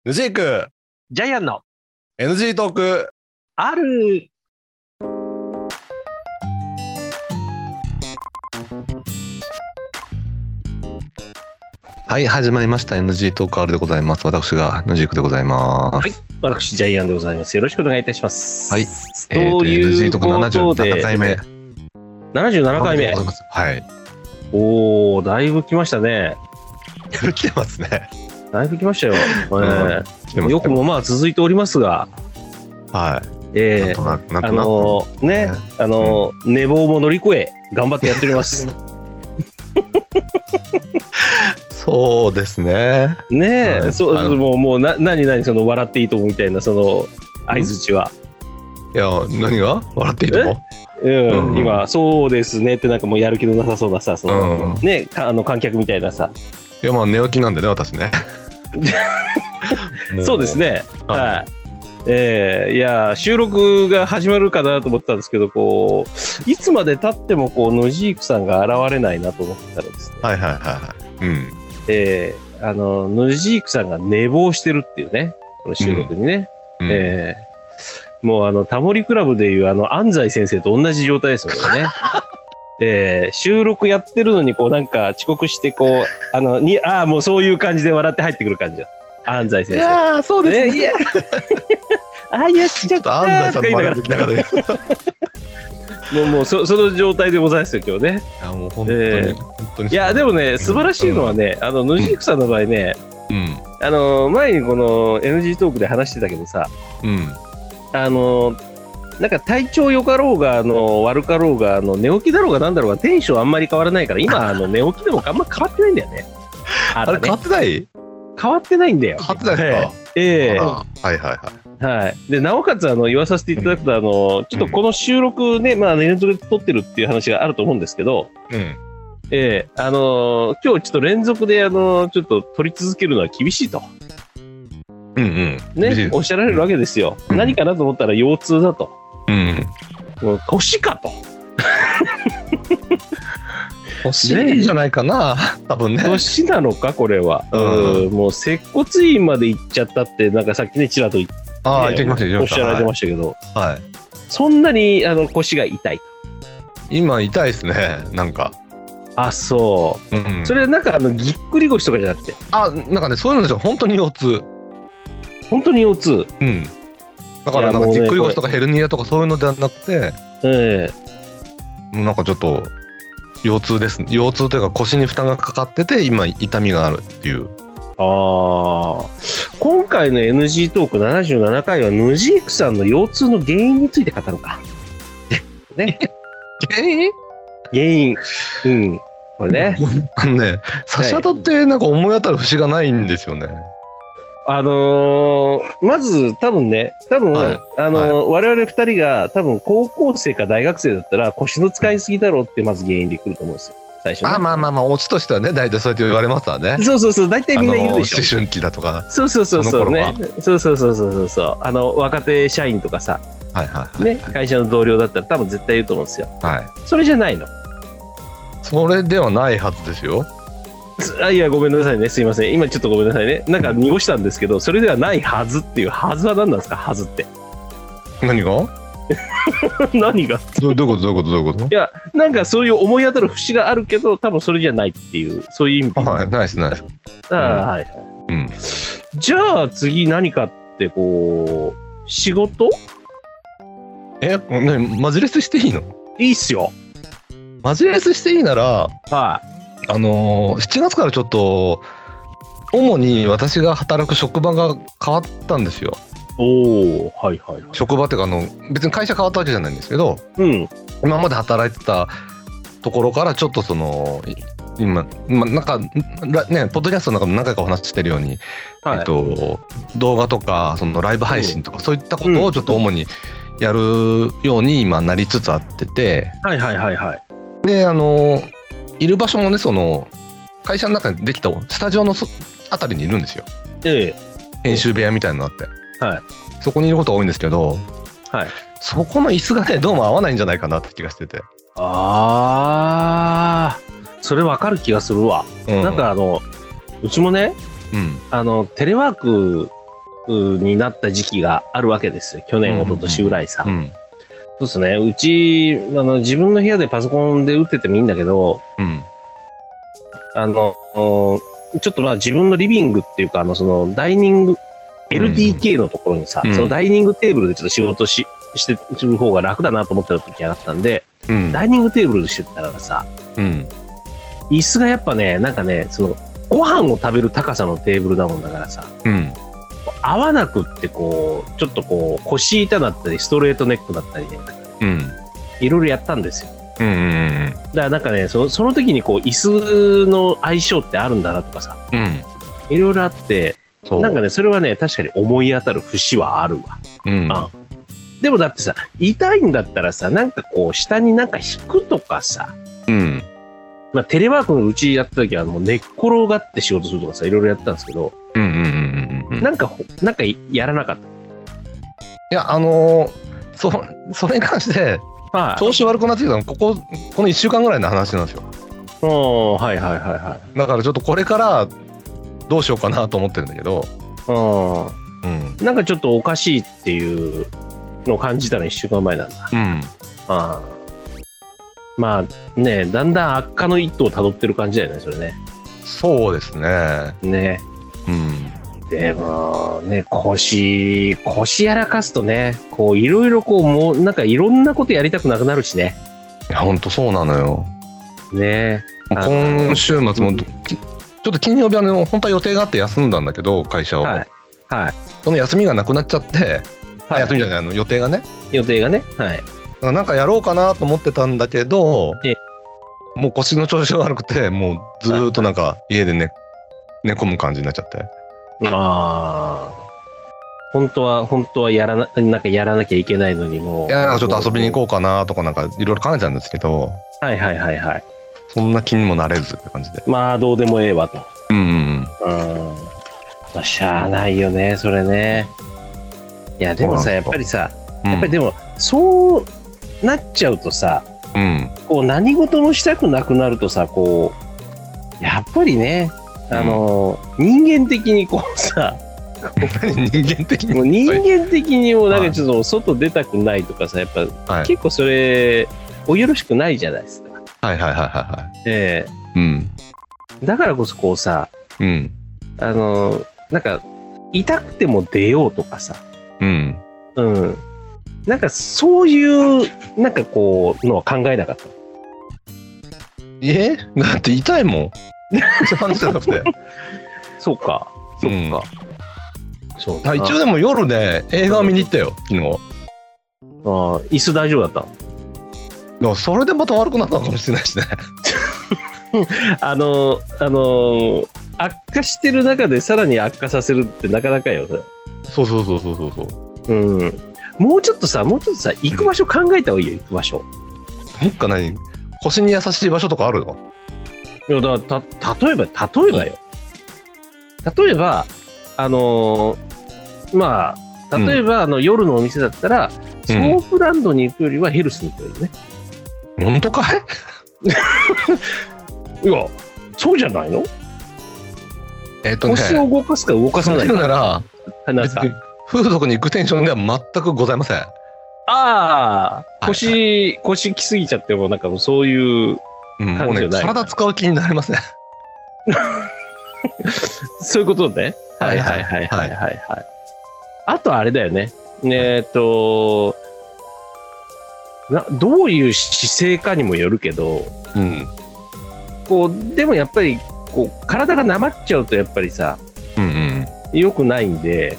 ヌジークジャイアンの NG トーク。 ある。 はい、始まりました NG トーク R でございます。私がヌジークでございます。 はい、私ジャイアンでございます。よろしくお願いいたします。 はい、 ということで、 NG トーク77回目。 77回目。 はい。 おお、だいぶ来ましたね。 来てますね。 だいぶ来ましたよ。 来てますよくもまあ続いておりますが、 はい。寝坊も乗り越え頑張ってやっております。 そうですね。 ねえ、 はい、 そうもう何その笑っていいと思うみたいなその相槌は。 いや、何が笑っていいと思う、今そうですねってなんかもうやる気のなさそうなさ、その、ね、観客みたいなさ。 いや、まあ寝起きなんでね、私ね。 そうですね。はい。いや収録が始まるかなと思ってたんですけど、こういつまで経ってもこうヌジークさんが現れないなと思ってたらですね。 はいはいはいはい。 ヌジークさんが寝坊してるっていうね、この収録にね。もうタモリクラブでいう安西先生と同じ状態ですよね。収録やってるのにこうなんか遅刻してこうもうそういう感じで笑って入ってくる感じだ。安西先生。 いやー、そうですね。 いややっちゃった安西さんの前できながらもうその状態でございますよ今日ね。 いやもう本当に、 いやでもね、素晴らしいのはね、ヌジークさんの場合ね、前にこの NG トークで話してたけどさ、なんか体調良かろうが悪かろうが寝起きだろうがなんだろうがテンションあんまり変わらないから今寝起きでもあんま変わってないんだよね。 あれ変わってない？ 変わってないんだよ。 変わってないですか？はいはいはい。 はい。で、なおかつ言わさせていただくと、ちょっとこの収録ね、まあ連続で撮ってるっていう話があると思うんですけど、今日ちょっと連続でちょっと撮り続けるのは厳しいと。ね、おっしゃられるわけですよ。何かなと思ったら腰痛だと。もう腰かと。 腰じゃないかな、多分ね。 腰なのかこれは。もう接骨院まで行っちゃったってなんかさっきねちらっと言っておっしゃられてましたけど、そんなに腰が痛い。 今痛いですね、なんか。 あ、そう。それはなんかぎっくり腰とかじゃなくて。 なんかね、そういうのでしょ、本当に腰痛。 本当に腰痛。 だからなんかぎっくり腰とかヘルニアとかそういうのではなくて、なんかちょっと腰痛です。腰痛というか腰に負担がかかってて今痛みがあるっていう。 今回の NG トーク77回はヌジークさんの腰痛の原因について語るか。ね。原因。これね。 差し当たってなんか思い当たる節がないんですよね。 まず多分、我々二人が多分高校生か大学生だったら腰の使いすぎだろうってまず原因でくると思うんですよ。最初ね。まあオチとしてはね、大体そうやって言われますわね。そう大体みんな言うでしょ。思春期だとか。そうね。そう若手社員とかさ、ね、会社の同僚だったら多分絶対言うと思うんですよ。それじゃないの。 それではないはずですよ。 いやごめんなさいね、すいません、今ちょっとごめんなさいね、なんか濁したんですけど、それではないはずっていうはずは何なんですか？はずって何が何がどういうこと？ いやなんかそういう思い当たる節があるけど多分それじゃないっていうそういう意味。 ナイス。 じゃあ次何かってこう仕事？ マジレスしていいの？ いいっすよ。 マジレスしていいなら、7月からちょっと主に私が働く職場が変わったんですよ。職場っていうか別に会社変わったわけじゃないんですけど、今まで働いてたところからちょっと今なんかねポッドキャストの中で何回かお話ししてるように、動画とかそのライブ配信とかそういったことをちょっと主にやるように今なりつつあってて、でいる場所もね、その会社の中にできたスタジオのあたりにいるんですよ。編集部屋みたいなのがあって、そこにいることが多いんですけど、そこの椅子がねどうも合わないんじゃないかなって気がしてて。 それ分かる気がするわ。なんかうちもね、テレワークになった時期があるわけですよ。去年、一昨年ぐらいさ。そうですね。うち、自分の部屋でパソコンで打っててもいいんだけど、ちょっと自分のリビングっていうか、そのダイニング、LDK のところにさ、そのダイニングテーブルでちょっと仕事してる方が楽だなと思ってた時があったんで、ダイニングテーブルでしてたらさ、椅子がやっぱね、なんかね、その、ご飯を食べる高さのテーブルだもんだからさ、合わなくってこう、ちょっとこう、腰痛だったり、ストレートネックだったりね、いろいろやったんですよ。だからなんかね、その時にこう、椅子の相性ってあるんだなとかさ、いろいろあって、なんかね、それはね、確かに思い当たる節はあるわ。でもだってさ、痛いんだったらさ、なんかこう、下になんか引くとかさ、テレワークのうちやった時はもう寝っ転がって仕事するとかさ、いろいろやったんですけど、なんかやらなかった。 いや、それに関して、調子悪くなってきたの、この1週間ぐらいの話なんですよ。だからちょっとこれからどうしようかなと思ってるんだけど、 なんかちょっとおかしいっていうのを感じたの1週間前なんだ。まあね、だんだん悪化の一途を辿ってる感じだよね、それね。 そうですね。 ね。でもね、腰やらかすとね、こういろいろこうもうなんかいろんなことやりたくなくなるしね。 いや、ほんとそうなのよ。 ね。 今週末もちょっと金曜日はね、本当は予定があって休んだんだけど、会社を。その休みがなくなっちゃって、休みじゃない、予定がね。なんかやろうかなと思ってたんだけど、もう腰の調子が悪くて、もうずーっとなんか家で寝込む感じになっちゃって。 本当はやらなきゃいけないのにもう。 いや、なんかちょっと遊びに行こうかなとかなんかいろいろ考えてたんですけど。そんな気にもなれずって感じで。 まあどうでもええわと。しゃあないよね、それね。いやでもさ、やっぱりさ、でもそうなっちゃうとさ、こう何事もしたくなくなるとさ、こうやっぱりね、人間的にこうさ、 人間的にもなんかちょっと外出たくないとかさ、やっぱ結構それおよろしくないじゃないですか。だからこそこうさ、なんか痛くても出ようとかさ、なんかそういうなんかこうのは考えなかった。 だって痛いもん。話じゃなくて。 そうか。 一応でも夜ね、映画を見に行ったよ、昨日。 椅子大丈夫だったの？それでまた悪くなったのかもしれないしね。 悪化してる中でさらに悪化させるってなかなかよ。 そう。 もうちょっとさ、行く場所考えた方がいいよ、行く場所。 なんか腰に優しい場所とかあるの？ いや、だから例えばよ。例えば、例えば夜のお店だったら、ソープランドに行くよりはヘルスに行くよりね。 本当かい？ いや、そうじゃないの？腰を動かすか動かさないか。 なら、風俗に行くテンションでは全くございません。腰きすぎちゃってもなんかそういう感じじゃない。 体使う気になりません。 そういうことね。あとあれだよね。どういう姿勢かにもよるけど、こうでもやっぱりこう体がなまっちゃうとやっぱりさ、良くないんで、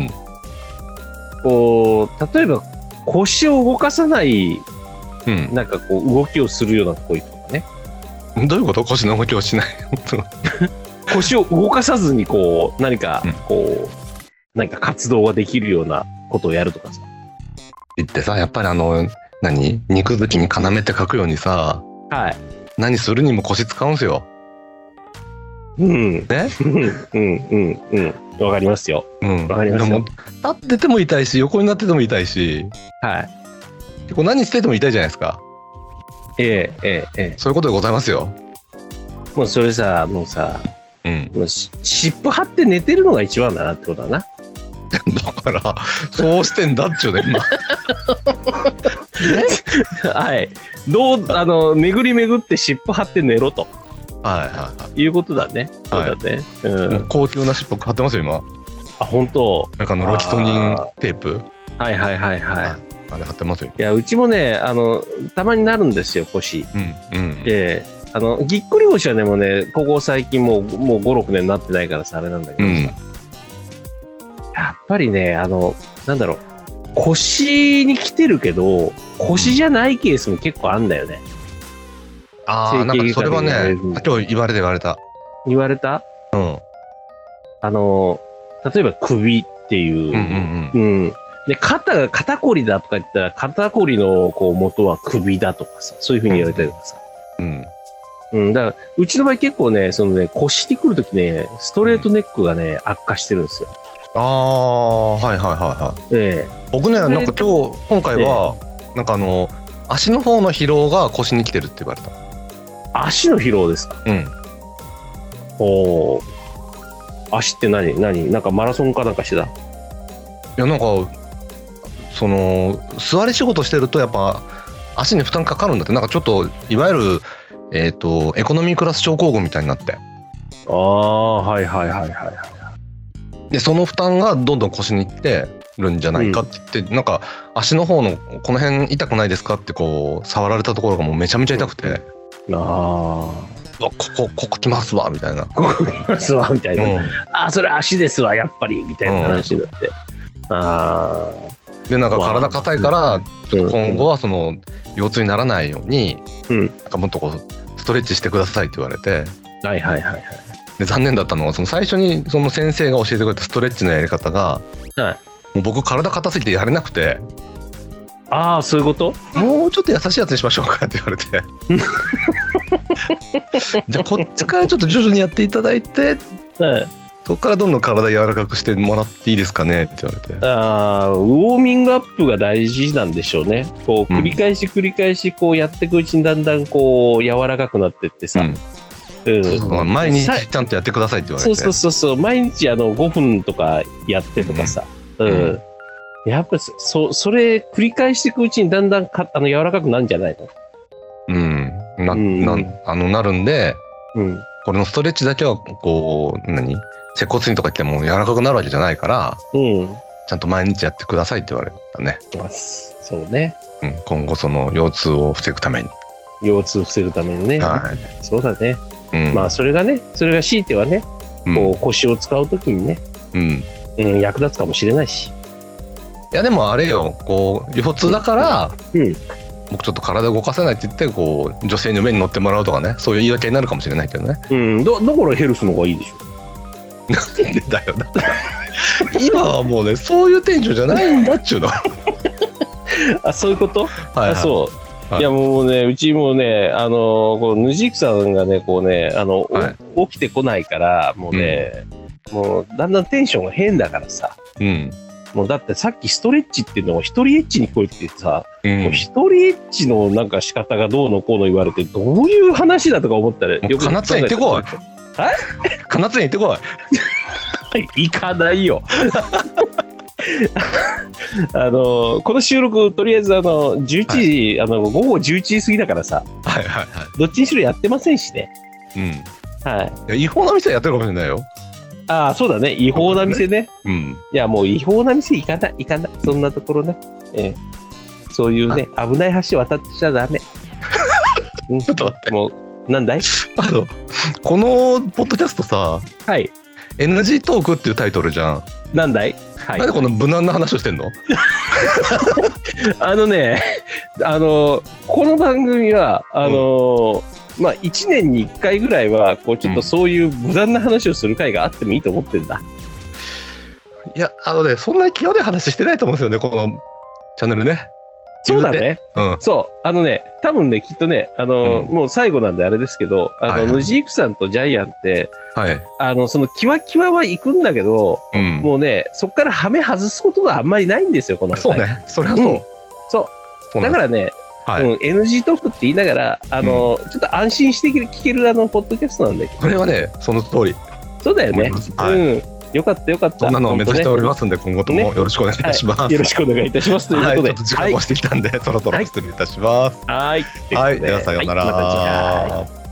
こう例えば腰を動かさない、なんかこう動きをするようなとこ行くとかね。 どういうこと？腰の動きをしない。 腰を動かさずにこう何かこう、何か活動ができるようなことをやるとかさ。 言ってさ、やっぱり肉付きに要って書くようにさ、何するにも腰使うんすよ。ね。 わかりますよ。わかりますよ。でも立ってても痛いし、横になってても痛いし、結構何してても痛いじゃないですか。そういうことでございますよ。 もうそれさ、もう尻尾張って寝てるのが一番だなってことだな。 だからそうしてんだっちゅうね今はい巡り巡って尻尾張って寝ろということだね。そうだね、 高級な尻尾張ってますよ今。 あ、本当。 なんかロキソニンテープ、 はい、あれ貼ってますよ。 いや、うちもねたまになるんですよ腰。でぎっくり腰はねもうねここ最近もう5、6年なってないからさあれなんだけどさ、やっぱりねなんだろう、腰に来てるけど腰じゃないケースも結構あんだよね。 なんかそれはね今日言われた。例えば首っていう、で肩こりだとか言ったら肩こりの元は首だとかさ、そういうふうに言われたりとかさ、だからうちの場合結構ね腰に来るときねストレートネックがね悪化してるんですよ。僕ねなんか今回はなんか足の方の疲労が腰に来てるって言われた。 足の疲労ですか？足って何なんかマラソンかなんかしてた？いやなんか座り仕事してるとやっぱ足に負担かかるんだって。なんかちょっといわゆるエコノミークラス症候群みたいになって。でその負担がどんどん腰にいってるんじゃないかって言って、なんか足の方のこの辺痛くないですかって触られたところがもうめちゃめちゃ痛くて、ここ来ますわみたいな、それ足ですわやっぱりみたいな話になって、でなんか体硬いからちょっと今後は腰痛にならないように、なんかもっとストレッチしてくださいって言われて、で残念だったのは最初に先生が教えてくれたストレッチのやり方が、もう僕体硬すぎてやれなくて、 そういうこと？ もうちょっと優しいやつにしましょうかって言われてじゃあこっちからちょっと徐々にやっていただいて、そこからどんどん体柔らかくしてもらっていいですかねって言われて。 ウォーミングアップが大事なんでしょうね。繰り返しやっていくうちにだんだん柔らかくなってってさ、 毎日ちゃんとやってくださいって言われて、 そう毎日5分とかやってとかさ、やっぱりそれ繰り返していくうちにだんだん柔らかくなるんじゃないの？なるんで、これのストレッチだけは接骨院とか行っても柔らかくなるわけじゃないから、ちゃんと毎日やってくださいって言われたね。 そうね。 今後腰痛を防ぐために。ね。 そうだね。まあそれが強いてはね、腰を使うときにね、役立つかもしれないし。 いやでもあれよ、腰痛だから、僕ちょっと体動かせないって言って女性の上に乗ってもらうとかね、そういう言い訳になるかもしれないけどね。 だからヘルスの方がいいでしょ。 なんでだよな今はもうねそういうテンションじゃないんだっちゅうのそういうこと？そう。いやもうねうちもねこのヌジークさんがね起きてこないからもうね、もうだんだんテンションが変だからさ。もうだってさっきストレッチっていうのを一人エッチに聞こえてさ、もう一人エッチのなんか仕方がどうのこうの言われてどういう話だとか思ったら、 よく金津園行ってこい。金津園行ってこい。行かないよ。この収録とりあえず11時、午後11時過ぎだからさ、どっちにしろやってませんしね。 違法な店やってるかもしれないよ。 そうだね、違法な店ね。いやもう違法な店行かない、そんなところね。そういうね危ない橋渡っちゃダメ。ちょっと待って。もうなんだい？ このポッドキャストさ、NG トークっていうタイトルじゃん。 なんだい？ なんでこの無難な話をしてんの？ この番組は1年に1回ぐらいはちょっとそういう無難な話をする回があってもいいと思ってんだ。 いやそんなに際どい話してないと思うんですよね、このチャンネルね。 そうだね。そう多分ねきっとねもう最後なんであれですけどヌジークさんとジャイアンって、そのキワキワは行くんだけど、もうねそこからハメ外すことがあんまりないんですよこの人。 そうね、それはそう。 そうだからね。NG トークって言いながらちょっと安心して聞けるポッドキャストなんだけど、 これはねその通り。 そうだよね。 よかったよかった。 そんなのを目指しておりますんで、今後ともよろしくお願いいたします。 よろしくお願いいたしますということで、 ちょっと時間もしてきたんで、そろそろ失礼いたします。 はい。 はい、ではさようなら。